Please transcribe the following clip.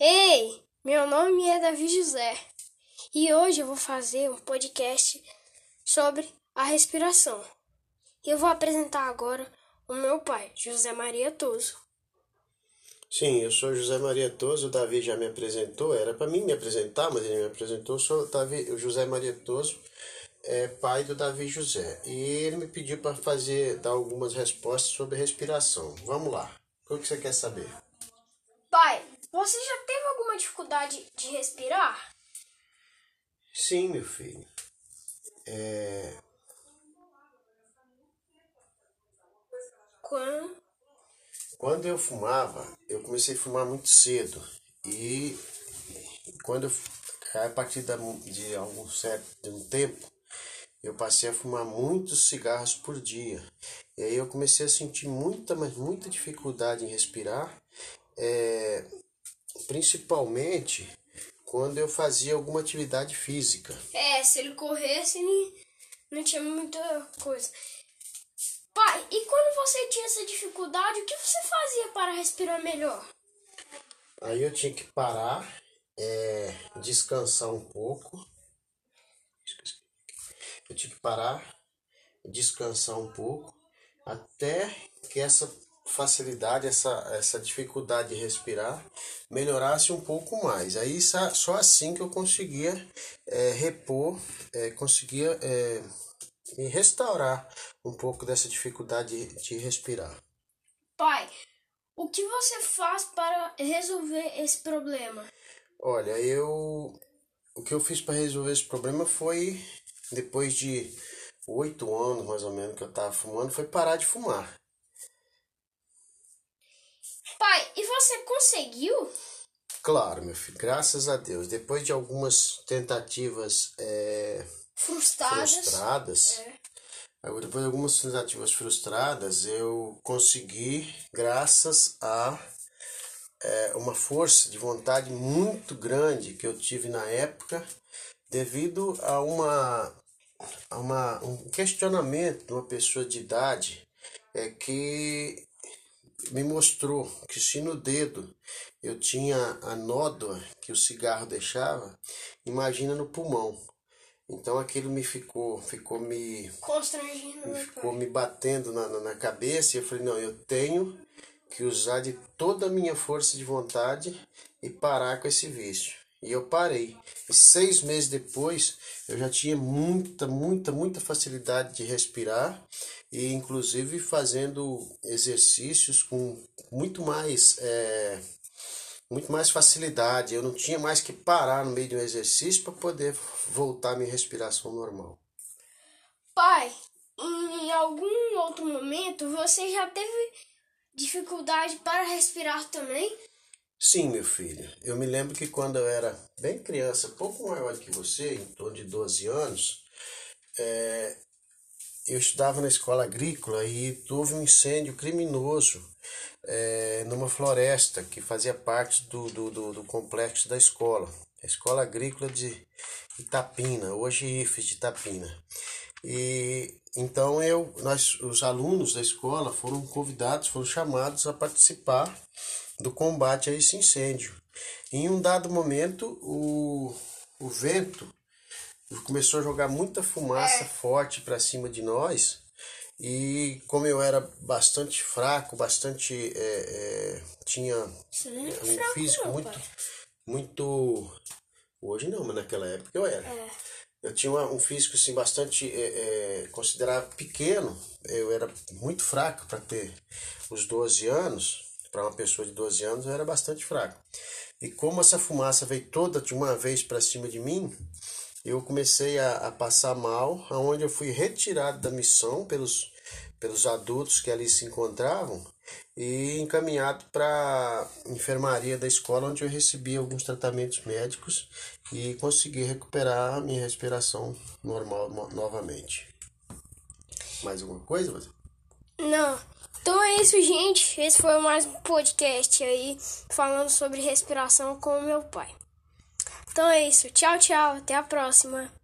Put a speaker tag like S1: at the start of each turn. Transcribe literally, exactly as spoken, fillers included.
S1: Ei, meu nome é Davi José e hoje eu vou fazer um podcast sobre a respiração. Eu vou apresentar agora o meu pai, José Maria Toso.
S2: Sim, eu sou José Maria Toso, o Davi já me apresentou, era para mim me apresentar, mas ele me apresentou, eu sou o, Davi, o José Maria Toso, é pai do Davi José. E ele me pediu para fazer, dar algumas respostas sobre respiração. Vamos lá, o que você quer saber?
S1: Pai, você já teve alguma dificuldade de respirar?
S2: Sim, meu filho. É...
S1: Quando?
S2: Quando eu fumava, eu comecei a fumar muito cedo. E quando eu, a partir da, de algum certo de um tempo, eu passei a fumar muitos cigarros por dia. E aí eu comecei a sentir muita, mas muita dificuldade em respirar, é, principalmente quando eu fazia alguma atividade física.
S1: É, se ele corresse, não tinha muita coisa. Pai, e quando você tinha essa dificuldade, o que você fazia para respirar melhor?
S2: Aí eu tinha que parar, é, descansar um pouco. Eu tinha que parar, descansar um pouco, até que essa facilidade, essa, essa dificuldade de respirar melhorasse um pouco mais. Aí só assim que eu conseguia é, repor, é, conseguia é, me restaurar um pouco dessa dificuldade de, de respirar.
S1: Pai, o que você faz para resolver esse problema?
S2: Olha, eu o que eu fiz para resolver esse problema foi, depois de oito anos mais ou menos que eu estava fumando, foi parar de fumar.
S1: Pai, e você conseguiu?
S2: Claro, meu filho, graças a Deus. Depois de algumas tentativas é,
S1: frustradas,
S2: frustradas
S1: é.
S2: depois de algumas tentativas frustradas, eu consegui, graças a é, uma força de vontade muito grande que eu tive na época, devido a, uma, a uma, um questionamento de uma pessoa de idade é, que me mostrou que se no dedo eu tinha a nódoa que o cigarro deixava, imagina no pulmão. Então aquilo me ficou, ficou me,
S1: constrangindo,
S2: me ficou me batendo na, na, na cabeça, e eu falei, não, eu tenho que usar de toda a minha força de vontade e parar com esse vício. E eu parei. E seis meses depois, eu já tinha muita, muita, muita facilidade de respirar, e inclusive fazendo exercícios com muito mais, é, muito mais facilidade. Eu não tinha mais que parar no meio de um exercício para poder voltar à minha respiração normal.
S1: Pai, em algum outro momento você já teve dificuldade para respirar também?
S2: Sim, meu filho. Eu me lembro que quando eu era bem criança, pouco maior que você, em torno de doze anos, é, eu estudava na escola agrícola e houve um incêndio criminoso é, numa floresta que fazia parte do, do, do, do complexo da escola. A Escola Agrícola de Itapina, hoje I F E S de Itapina. E então eu, nós, os alunos da escola foram convidados, foram chamados a participar do combate a esse incêndio. Em um dado momento, o, o vento começou a jogar muita fumaça forte para cima de nós, e como eu era bastante fraco, bastante é, é, tinha um físico muito, muito, hoje não, mas naquela época eu era.
S1: É.
S2: Eu tinha um físico assim, bastante é, é, considerado pequeno. Eu era muito fraco para ter os doze anos. Para uma pessoa de doze anos, eu era bastante fraco. E como essa fumaça veio toda de uma vez para cima de mim, eu comecei a, a passar mal, aonde eu fui retirado da missão pelos, pelos adultos que ali se encontravam e encaminhado para a enfermaria da escola, onde eu recebi alguns tratamentos médicos e consegui recuperar a minha respiração normal no, novamente. Mais alguma coisa, você?
S1: Não. Então é isso, gente. Esse foi mais um podcast aí falando sobre respiração com o meu pai. Então é isso. Tchau, tchau. Até a próxima.